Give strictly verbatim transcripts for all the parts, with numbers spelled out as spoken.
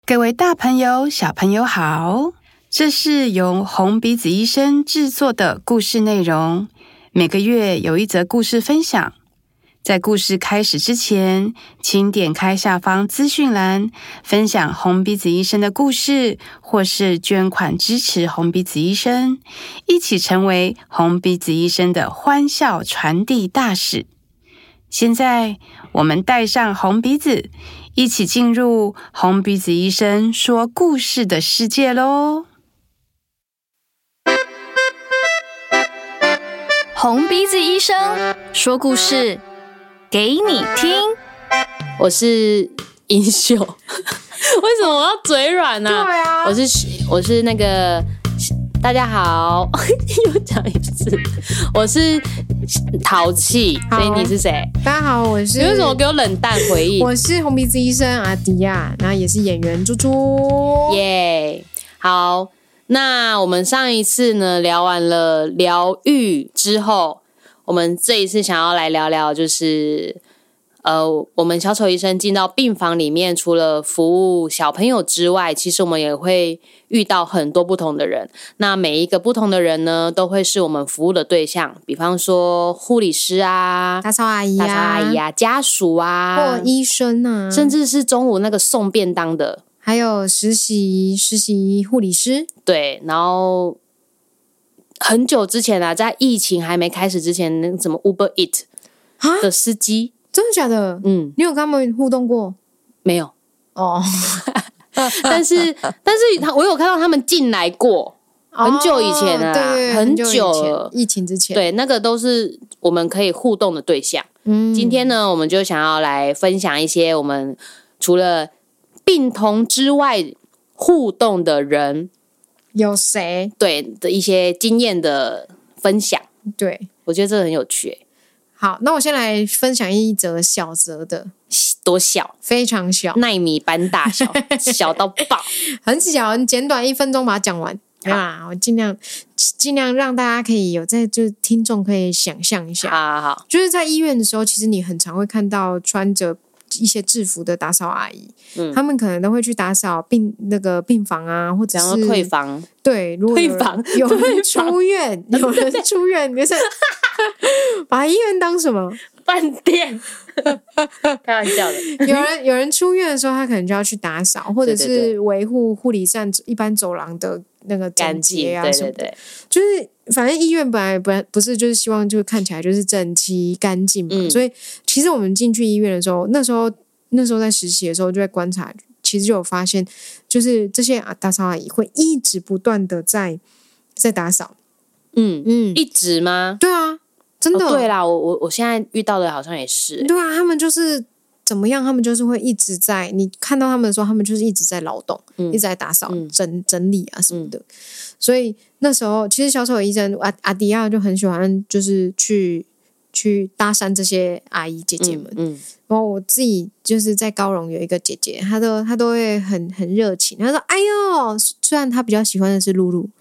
各位大朋友、小朋友好，这是由红鼻子医生制作的故事内容，每个月有一则故事分享。在故事开始之前，请点开下方资讯栏，分享红鼻子医生的故事，或是捐款支持红鼻子医生，一起成为红鼻子医生的欢笑传递大使。现在，我们戴上红鼻子，一起进入红鼻子医生说故事的世界咯。 红鼻子医生说故事给你听。 我是英秀，为什么我要嘴软呢、啊？ 对啊， 我是我是那个大家好，又讲一次，我是淘气，所以你是谁？ 大家好，我是。 你为什么给我冷淡回应？ 我是红鼻子医生阿迪亚，然后也是演员猪猪。 耶、yeah ，好，那我们上一次呢聊完了疗愈之后，我们这一次想要来聊聊，就是呃，我们小丑医生进到病房里面，除了服务小朋友之外，其实我们也会遇到很多不同的人。那每一个不同的人呢，都会是我们服务的对象，比方说护理师啊、 打扫阿姨啊、 打扫阿姨啊、家属啊， 或医生啊， 甚至是中午那个送便当的， 还有实习实习护理师。 对，然后很久之前啊，在疫情还没开始之前，那什么 Uber Eat 的司机， 真的假的？ 嗯， 你有跟他们互动过？ 没有哦， 但是但是他我有看到他们进来过，很久以前了啦， 哦、对， 很久久了， 疫情之前， 对，那个都是我们可以互动的对象。 嗯， 今天呢，我们就想要来分享一些我们除了病童之外互动的人， 有谁？ 对的一些经验的分享。 对， 我觉得这很有趣、欸。 好，那我先来分享一则小则的， 多小？ 非常小， 奈米般大小，小到爆， 很小，很简短，一分钟把它讲完。啊，我尽量尽量让大家可以有在，就是听众可以想象一下。 好好好， 就是在医院的时候，其实你很常会看到穿着一些制服的打扫阿姨，嗯，他们可能都会去打扫病那个病房啊，或者是退房。 对，如果有退房有人出院，有人出院，就是把医院当什么饭店？开玩笑的。 有人有人出院的时候，他可能就要去打扫，或者是维护护理站一般走廊的那个整洁啊什么的。 对对对， 就是反正医院本来不不是就是希望就看起来就是整齐干净嘛，嗯、所以其实我们进去医院的时候，那时候那时候在实习的时候就在观察，其实就有发现，就是这些打扫阿姨会一直不断的在在打扫。 嗯嗯，一直吗？ 对啊。真的、 哦、对啦，我我我现在遇到的好像也是， 对啊，他们就是怎么样，他们就是会一直在你看到他们的时候，他们就是一直在劳动，嗯、一直在打扫、嗯、整整理啊什么的。嗯、所以那时候，其实小丑医生阿阿迪亚就很喜欢，就是去去搭讪这些阿姨姐姐们。嗯，嗯然后我自己就是在高雄有一个姐姐，她都她都会很很热情，她说：“哎呦，虽然她比较喜欢的是露露。”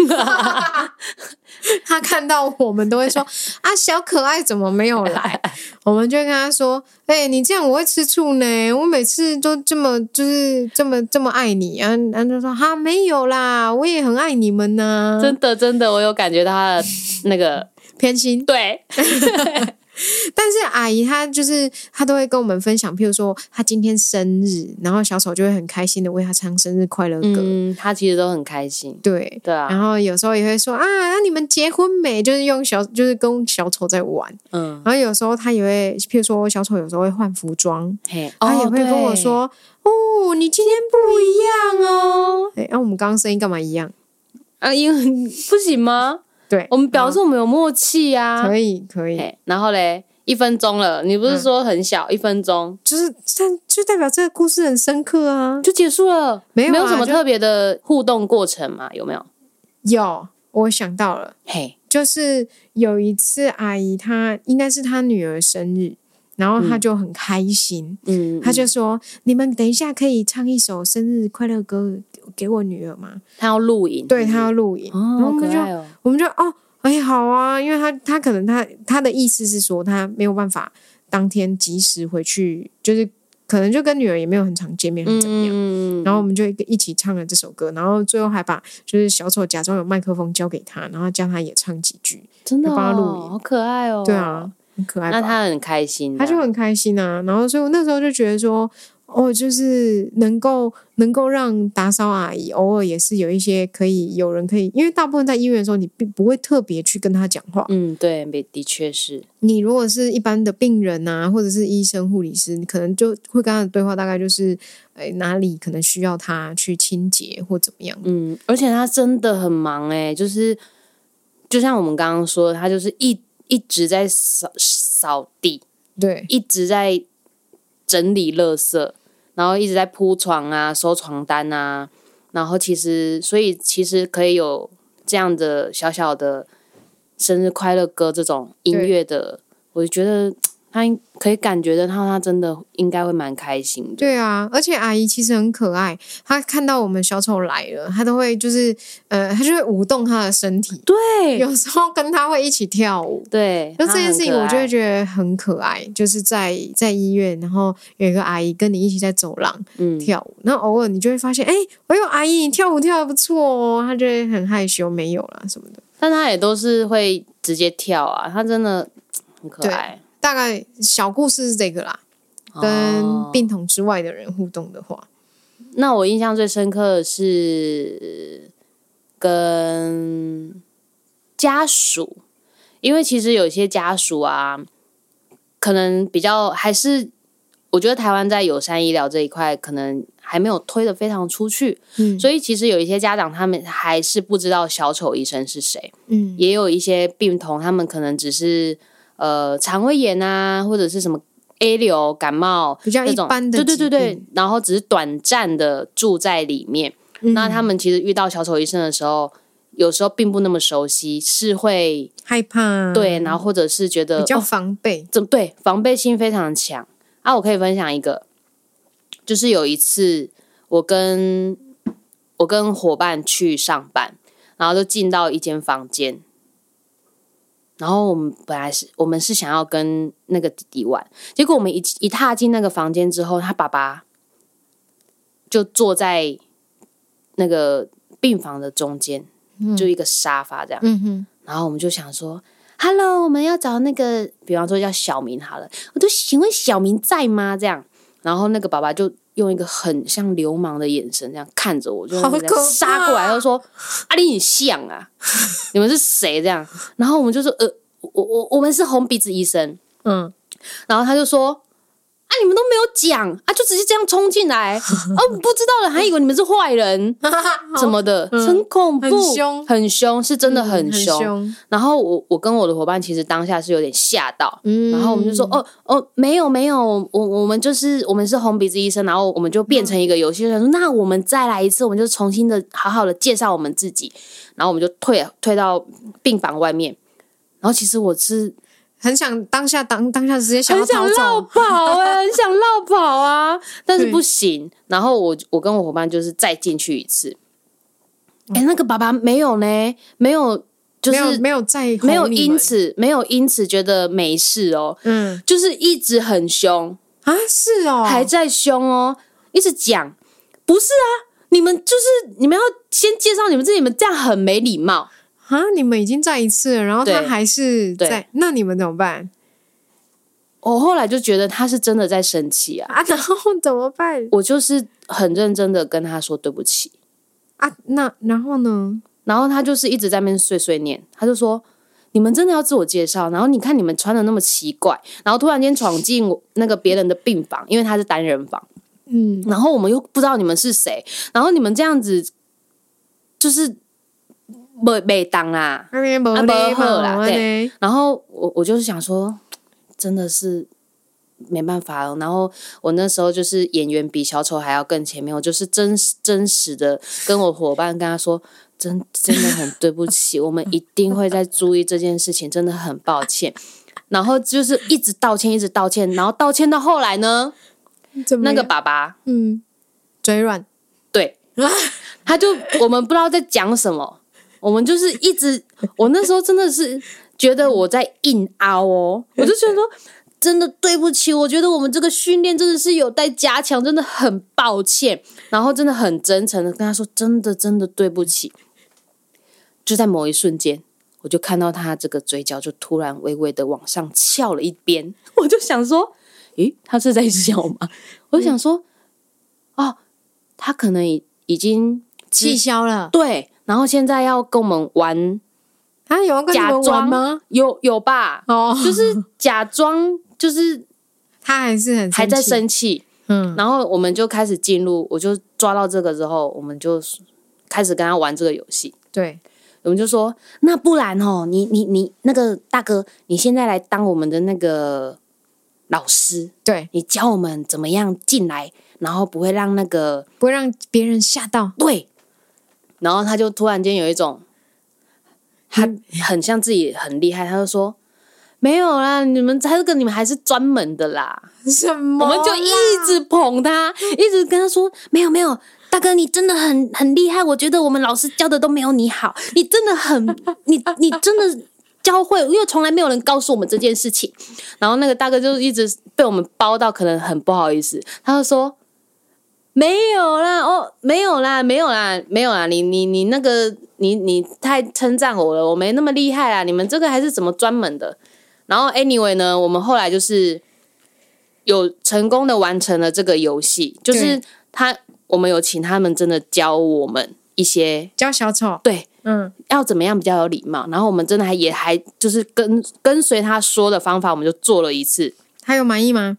他看到我们都会说啊，小可爱怎么没有来？我们就会跟他说，哎、欸，你这样我会吃醋呢。我每次都这么就是这么这么爱你啊，然后就说哈没有啦，我也很爱你们呢、啊。 真的真的，我有感觉到他的那个偏心， 对。 但是阿姨她就是她都会跟我们分享，譬如说她今天生日，然后小丑就会很开心的为她唱生日快乐歌。 嗯，她其实都很开心。 对对啊， 然后有时候也会说啊，那你们结婚没？就是用小就是跟小丑在玩。嗯，然后有时候他也会，譬如说小丑有时候会换服装，嘿，他也会跟我说哦，你今天不一样哦。哎，那、啊、我们刚刚声音干嘛一样？ 啊，因为不行吗？ 对， 我们表示我们有默契啊， 可以可以。 然后嘞，一分钟了，你不是说很小，嗯、一分钟， 就是但就代表这个故事很深刻啊， 就结束了， 没有、啊、 没有什么特别的互动过程嘛？有没有？ 有，我想到了，嘿，就是有一次阿姨她应该是她女儿生日。然后她就很开心，嗯，她就说：“你们等一下可以唱一首生日快乐歌给我女儿吗？” 她要录影， 对，她要录影。 哦， 然后我们就， 哦、 我们就哦，哎，好啊，因为她她可能她她的意思是说，她没有办法当天及时回去，就是可能就跟女儿也没有很常见面，很怎么样。 嗯， 然后我们就一起唱了这首歌，然后最后还把就是小丑假装有麦克风交给他，然后叫他也唱几句， 真的、哦、 就帮他录音， 好可爱哦。 对啊，很可爱吧。 那他很开心， 他就很开心啊。然后所以我那时候就觉得说，哦，就是能够能够让打扫阿姨偶尔也是有一些可以有人可以，因为大部分在医院的时候，你并不会特别去跟他讲话。 嗯，对，的确是。 你如果是一般的病人啊，或者是医生、护理师，你可能就会跟他的对话大概就是，哎，哪里可能需要他去清洁或怎么样。 嗯，而且他真的很忙哎、欸，就是就像我们刚刚说的，他就是一一直在扫扫地， 对， 一直在整理垃圾。然后一直在铺床啊，收床单啊，然后其实，所以其实可以有这样的小小的生日快乐歌这种音乐的，我觉得他可以感觉得到，他真的应该会蛮开心的。 对啊，而且阿姨其实很可爱，她看到我们小丑来了，她都会就是呃，她就会舞动她的身体， 对， 有时候跟她会一起跳舞， 对， 就这件事情我就会觉得很可爱，就是在在医院，然后有一个阿姨跟你一起在走廊、嗯、跳舞，然后偶尔你就会发现，哎，哎呦，阿姨你跳舞跳得不错哦，她就会很害羞，没有啦什么的， 但她也都是会直接跳啊，她真的很可爱。 大概小故事是这个啦，跟病童之外的人互动的话， 哦、那我印象最深刻的是跟家属，因为其实有些家属啊，可能比较还是我觉得台湾在友善医疗这一块可能还没有推得非常出去，嗯，所以其实有一些家长他们还是不知道小丑医生是谁，嗯，也有一些病童他们可能只是呃肠胃炎啊，或者是什么 A 流感冒比较一般的， 对对对对，然后只是短暂的住在里面，嗯，那他们其实遇到小丑医生的时候，有时候并不那么熟悉，是会害怕， 对，然后或者是觉得比较防备， 怎、哦、对，防备心非常强啊。我可以分享一个，就是有一次我跟我跟伙伴去上班，然后就进到一间房间，然后我们本来是我们是想要跟那个弟弟玩，结果我们一一踏进那个房间之后，他爸爸就坐在那个病房的中间，嗯，就一个沙发这样，嗯哼，然后我们就想说 ，Hello， 我们要找那个，比方说叫小明好了，我就请问小明在吗？这样，然后那个爸爸就用一个很像流氓的眼神这样看着我，就杀过来，他就说：“啊，你很像啊，你们是谁？”这样，然后我们就说：“呃，我我我们是红鼻子医生。”嗯，然后他就说：“啊，你们都没有讲啊，就直接这样冲进来，哦，不知道的还以为你们是坏人什么的，嗯，很恐怖， 很凶， 很凶，是真的很凶。 嗯，很凶然后我我跟我的伙伴其实当下是有点吓到，嗯，然后我们就说：“哦哦，没有没有，我我们就是我们是红鼻子医生。”然后我们就变成一个游戏，嗯，说：“那我们再来一次，我们就重新的好好的介绍我们自己。”然后我们就退退到病房外面，然后其实我是。 很想当下当当下直接想要逃走， 很想落跑哎，欸，很想落跑啊，但是不行。然后我我跟我伙伴就是再进去一次，哎，欸，那个爸爸没有呢，没有，就是没有没有在没有因此没有因此觉得没事哦，嗯，就是一直很凶啊，是哦， 还在凶哦，一直讲不是啊，你们就是你们要先介绍你们自己，你们这样很没礼貌。 啊！你们已经再一次了，然后他还是在，那你们怎么办？ 我后来就觉得他是真的在生气啊！ 啊，然后怎么办？ 我就是很认真的跟他说对不起啊。那然后呢？ 然后他就是一直在那边碎碎念，他就说：“你们真的要自我介绍？然后你看你们穿的那么奇怪，然后突然间闯进我那个别人的病房，因为他是单人房，嗯，然后我们又不知道你们是谁，然后你们这样子就是。”没没当啦，啊没好啦，对。然后我我就是想说，真的是没办法了。然后我那时候就是演员比小丑还要更前面，我就是真真实的跟我伙伴跟他说，真真的很对不起，我们一定会再注意这件事情，真的很抱歉。然后就是一直道歉，一直道歉，然后道歉到后来呢，那个爸爸嗯嘴软， 对，他就我们不知道在讲什么。我们就是一直，我那时候真的是觉得我在硬凹哦，我就觉得说， 真的对不起，我觉得我们这个训练真的是有待加强，真的很抱歉。然后真的很真诚的跟他说，真的真的对不起。就在某一瞬间，我就看到他这个嘴角就突然微微的往上翘了一边，我就想说，诶，他是在笑吗？我就想说，哦，他可能已已经气消了， 对，然后现在要跟我们玩。 他有要跟你们玩吗？ 有有吧，哦，就是假装，就是他还是很还在生气， 嗯， 然后我们就开始进入，我就抓到这个之后，我们就开始跟他玩这个游戏。 对， 我们就说，那不然哦，你你你那个大哥，你现在来当我们的那个老师， 对， 你教我们怎么样进来，然后不会让那个不会让别人吓到， 对，然后他就突然间有一种。他很像自己很厉害，他就说没有啦，你们这个你们还是专门的啦。 什么？ 我们就一直捧他，一直跟他说没有没有，大哥你真的很很厉害，我觉得我们老师教的都没有你好，你真的很你你真的教会，因为从来没有人告诉我们这件事情。然后那个大哥就一直被我们包到，可能很不好意思，他就说。没有啦，哦，没有啦，没有啦，没有啦，你你你那个，你你太称赞我了，我没那么厉害啦，你们这个还是怎么专门的？然后 anyway 呢，我们后来就是有成功的完成了这个游戏，就是他我们有请他们真的教我们一些教小丑， 对， 嗯， 要怎么样比较有礼貌，然后我们真的还也还就是跟跟随他说的方法，我们就做了一次。 他有满意吗？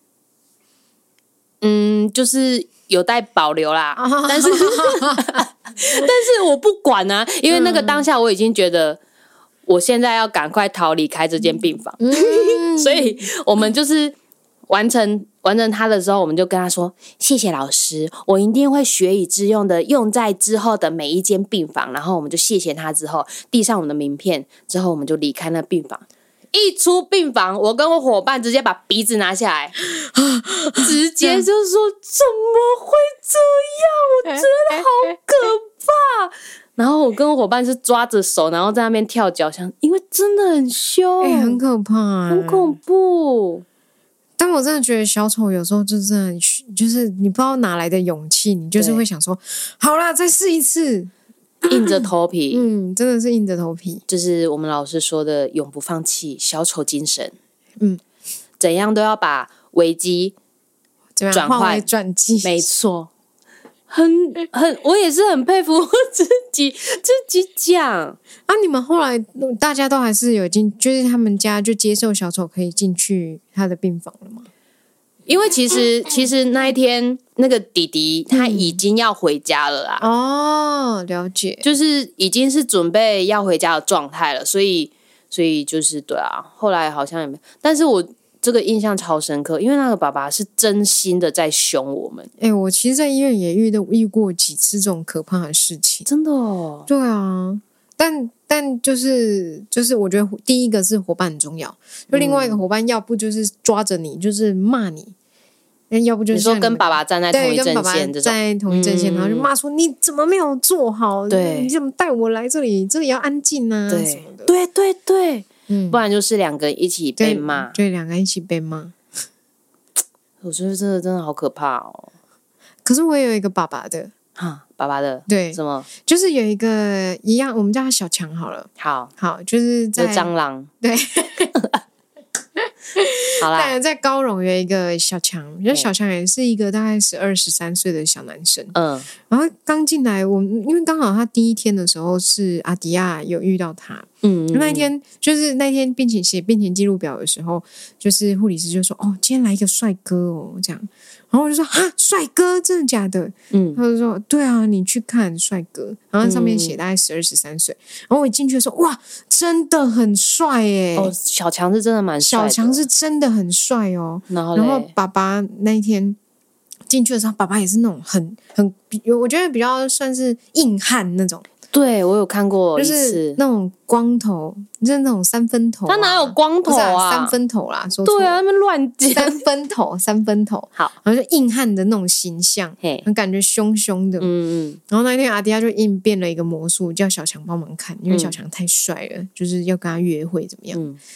嗯，就是有待保留啦，哦、但是但是我不管啊，因为那个当下我已经觉得我现在要赶快逃离开这间病房，嗯、所以我们就是完成完成他的时候，我们就跟他说谢谢老师，我一定会学以致用的，用在之后的每一间病房。然后我们就谢谢他之后，递上我们的名片之后，我们就离开那病房。一出病房，我跟我伙伴直接把鼻子拿下来，直接就说怎么会这样？我觉得好可怕。然后我跟我伙伴是抓着手，然后在那边跳脚，想因为真的很凶， 欸、很可怕、欸， 很恐怖。 但我真的觉得小丑有时候就是很，就是你不知道哪来的勇气，你就是会想说，好啦，再试一次。 硬着头皮， 嗯，真的是硬着头皮， 就是我们老师说的永不放弃小丑精神。 嗯， 怎样都要把危机转换为转机， 没错，很很，我也是很佩服自己自己讲啊。你们后来大家都还是有进，就是他们家就接受小丑可以进去他的病房了吗？ 因为其实其实那一天那个弟弟他已经要回家了啦。 哦，了解， 就是已经是准备要回家的状态了，所以所以就是对啊，后来好像也没，但是我这个印象超深刻，因为那个爸爸是真心的在凶我们。 哎、欸，我其实在医院也遇到遇过几次这种可怕的事情， 真的哦。 对啊，但但就是就是，我觉得第一个是伙伴很重要，就另外一个伙伴，要不就是抓着你，就是骂你，要不就是你说跟爸爸站在同一阵线，这种在同一阵线，嗯、然后就骂说你怎么没有做好？ 对， 你怎么带我来这里？这里要安静啊， 对什么的。 对对对，嗯，不然就是两个人一起被骂， 对，两个人一起被骂。 我觉得这个真的好可怕哦。 可是我也有一个爸爸的。 哈，爸爸的对， 什么？ 就是有一个一样，我们叫他小强好了。 好， 好，就是在蟑螂。 对， 好啦， 在在高雄有一个小强，因为小强也是一个大概十二十三岁的小男生。嗯，然后刚进来，我因为刚好他第一天的时候是阿迪亚有遇到他。嗯，那一天就是那天病情写病情记录表的时候，就是护理师就说：“哦，今天来一个帅哥哦，这样。”然后我就说：“啊，帅哥，真的假的？”嗯，他就说：“对啊，你去看帅哥。”然后上面写大概十二十三岁。然后我一进去说：“哇，真的很帅耶！” 哦，小强是真的蛮帅的， 小强是真的很帅哦。 然后， 然后爸爸那一天进去的时候，爸爸也是那种很很，我觉得比较算是硬汉那种。 对，我有看过一次， 就是那种光头，就是那种三分头、啊。 他哪有光头啊？ 啊三分头啦，说错了。 对啊，他们乱讲。 三分头，三分头。 好， 然后就硬汉的那种形象，感觉凶凶的。嗯嗯。然后那天阿迪亚就应变了一个魔术，叫小强帮忙看，因为小强太帅了，嗯、就是要跟他约会怎么样。嗯。然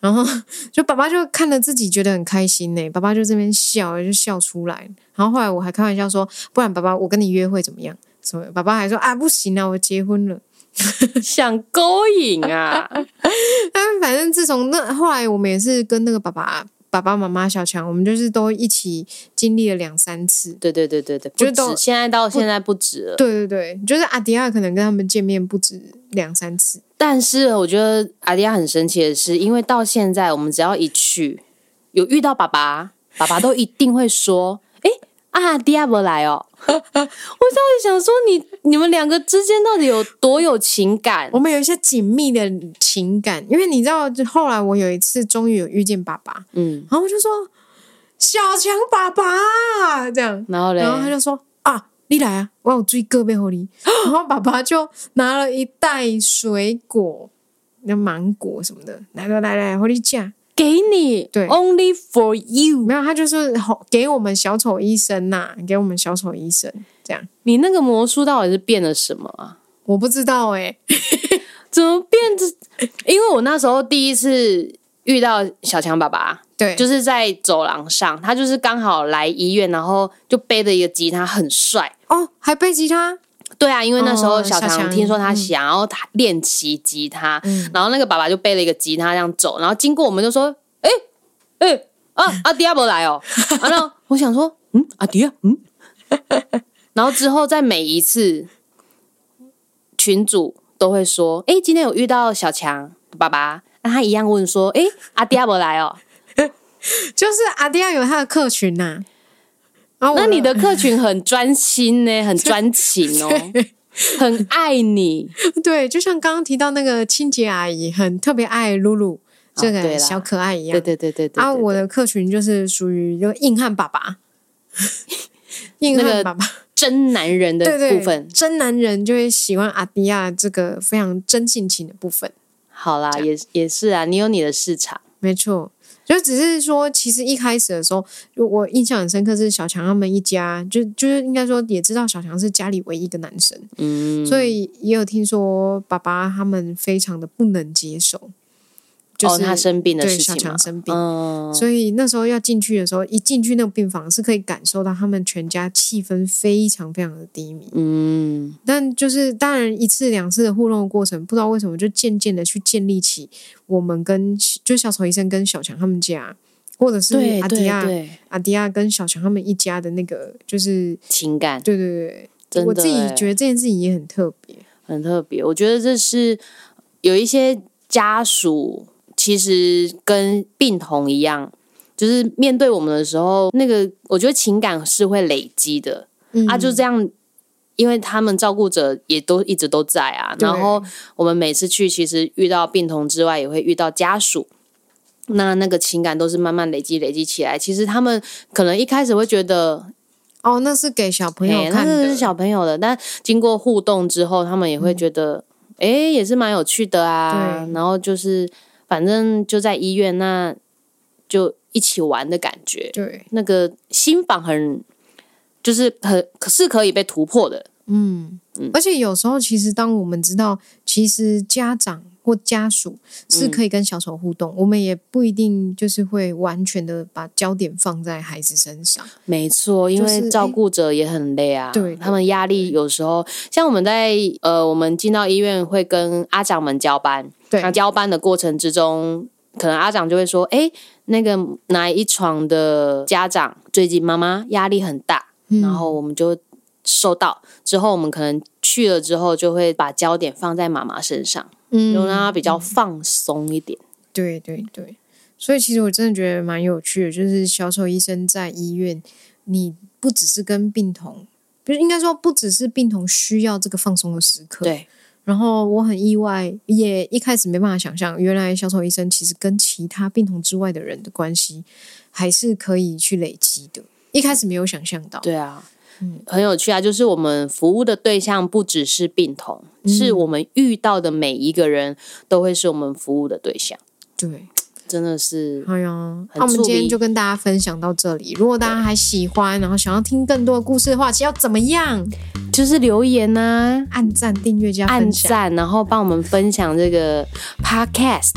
然后就爸爸就看了自己觉得很开心呢，爸爸就这边笑就笑出来。然后后来我还开玩笑说，不然爸爸我跟你约会怎么样？什么？爸爸还说啊不行啊，我结婚了。 想勾引啊！ 但反正自从那后来，我们也是跟那个爸爸、爸爸妈妈、小强，我们就是都一起经历了两三次。 对对对对对，不就是都止，现在到现在不止了。 对对对，就是阿迪亚可能跟他们见面不止两三次。 但是我觉得阿迪亚很神奇的是，因为到现在我们只要一去，有遇到爸爸，爸爸都一定会说：“哎，阿迪亚不来哦。”我到底想说你，你你们两个之间到底有多有情感？ 我们有一些紧密的情感，因为你知道，后来我有一次终于有遇见爸爸，嗯，然后我就说小强爸爸这样， 然后嘞， 然后他就说啊，你来啊，我有追哥背后你，然后爸爸就拿了一袋水果，那芒果什么的，来来来来，和你讲。 给你， 对 ，Only for you。 没有，他就是给我们小丑医生呐、啊，给我们小丑医生这样。 你那个魔术到底是变了什么啊？ 我不知道哎、欸， 怎么变着？因为我那时候第一次遇到小强爸爸， 对， 就是在走廊上，他就是刚好来医院，然后就背着一个吉他，很帅哦，还背吉他。 对啊，因为那时候小哦小强强听说他想要练习吉他，嗯、然后那个爸爸就背了一个吉他这样走，然后经过我们就说：“哎、欸、哎、欸、啊，阿迪亚不来哦。”然后我想说：“嗯，阿迪亚，嗯。”然后之后在每一次群组都会说：“哎、欸，今天有遇到小强爸爸。”那他一样问说：“哎、欸，阿迪亚不来哦。” 就是阿迪亚有他的客群呐、啊。 那你的客群很专心呢，很专情哦，很爱你。 对，就像刚刚提到那个清洁阿姨，很特别爱露露这个小可爱一样。 对对对对对。 啊，我的客群就是属于就硬汉爸爸，硬汉爸爸， 真男人的部分， 真男人就会喜欢阿迪亚这个非常真性情的部分。 好啦，也也是啊，你有你的市场， 没错。就只是说，其实一开始的时候，我印象很深刻是小强他们一家，就就是应该说也知道小强是家里唯一一个男生，嗯，所以也有听说爸爸他们非常的不能接受，就是、 哦、他生病的事情嘛， 对，小强生病、嗯，所以那时候要进去的时候，一进去那个病房是可以感受到他们全家气氛非常非常的低迷，嗯，但就是当然一次两次的互动的过程，不知道为什么就渐渐的去建立起我们跟就小丑医生跟小强他们家，或者是阿迪亚阿迪亚跟小强他们一家的那个就是情感， 对对对，我自己觉得这件事情也很特别， 很特别。我觉得这是有一些家属其实跟病童一样，就是面对我们的时候，那个我觉得情感是会累积的、嗯、啊，就这样。因为他们照顾者也都一直都在啊，然后我们每次去其实遇到病童之外也会遇到家属，那那个情感都是慢慢累积累积起来，其实他们可能一开始会觉得哦那是给小朋友看的， 那是小朋友的，但经过互动之后他们也会觉得哎、嗯、也是蛮有趣的啊，然后就是反正就在医院那就一起玩的感觉， 对， 那个心房很就是很是可以被突破的， 嗯，嗯，而且有时候其实当我们知道，其实家长或家属是可以跟小丑互动，嗯、我们也不一定就是会完全的把焦点放在孩子身上。 没错，因为照顾者也很累啊， 就是、 他们压力有时候，像我们在呃，我们进到医院会跟阿长们交班， 对， 那交班的过程之中，可能阿长就会说，哎，那个哪一床的家长最近妈妈压力很大。然后我们就收到之后，我们可能去了之后，就会把焦点放在妈妈身上，嗯，就让她比较放松一点。 对对对，所以其实我真的觉得蛮有趣的，就是小丑医生在医院，你不只是跟病童，不是应该说不只是病童需要这个放松的时刻， 对。 然后我很意外，也一开始没办法想象，原来小丑医生其实跟其他病童之外的人的关系还是可以去累积的。一开始没有想象到， 对啊，嗯，很有趣啊！就是我们服务的对象不只是病童，嗯、是我们遇到的每一个人都会是我们服务的对象。 对， 真的是， 哎呀，那我们今天就跟大家分享到这里。如果大家还喜欢，然后想要听更多的故事的话，其实要怎么样？ 就是留言啊， 按赞、订阅加分享， 按赞，然后帮我们分享这个 podcast。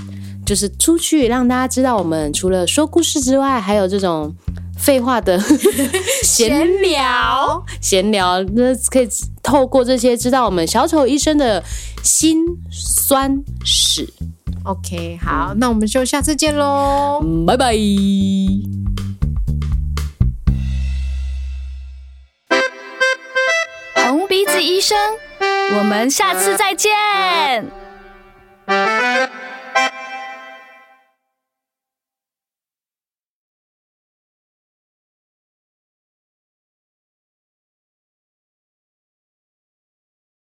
就是出去让大家知道我们除了说故事之外，还有这种废话的闲聊，闲聊，那可以透过这些知道我们小丑医生的辛酸史。 OK， 好，那我们就下次见喽， 拜拜。 红鼻子医生，我们下次再见。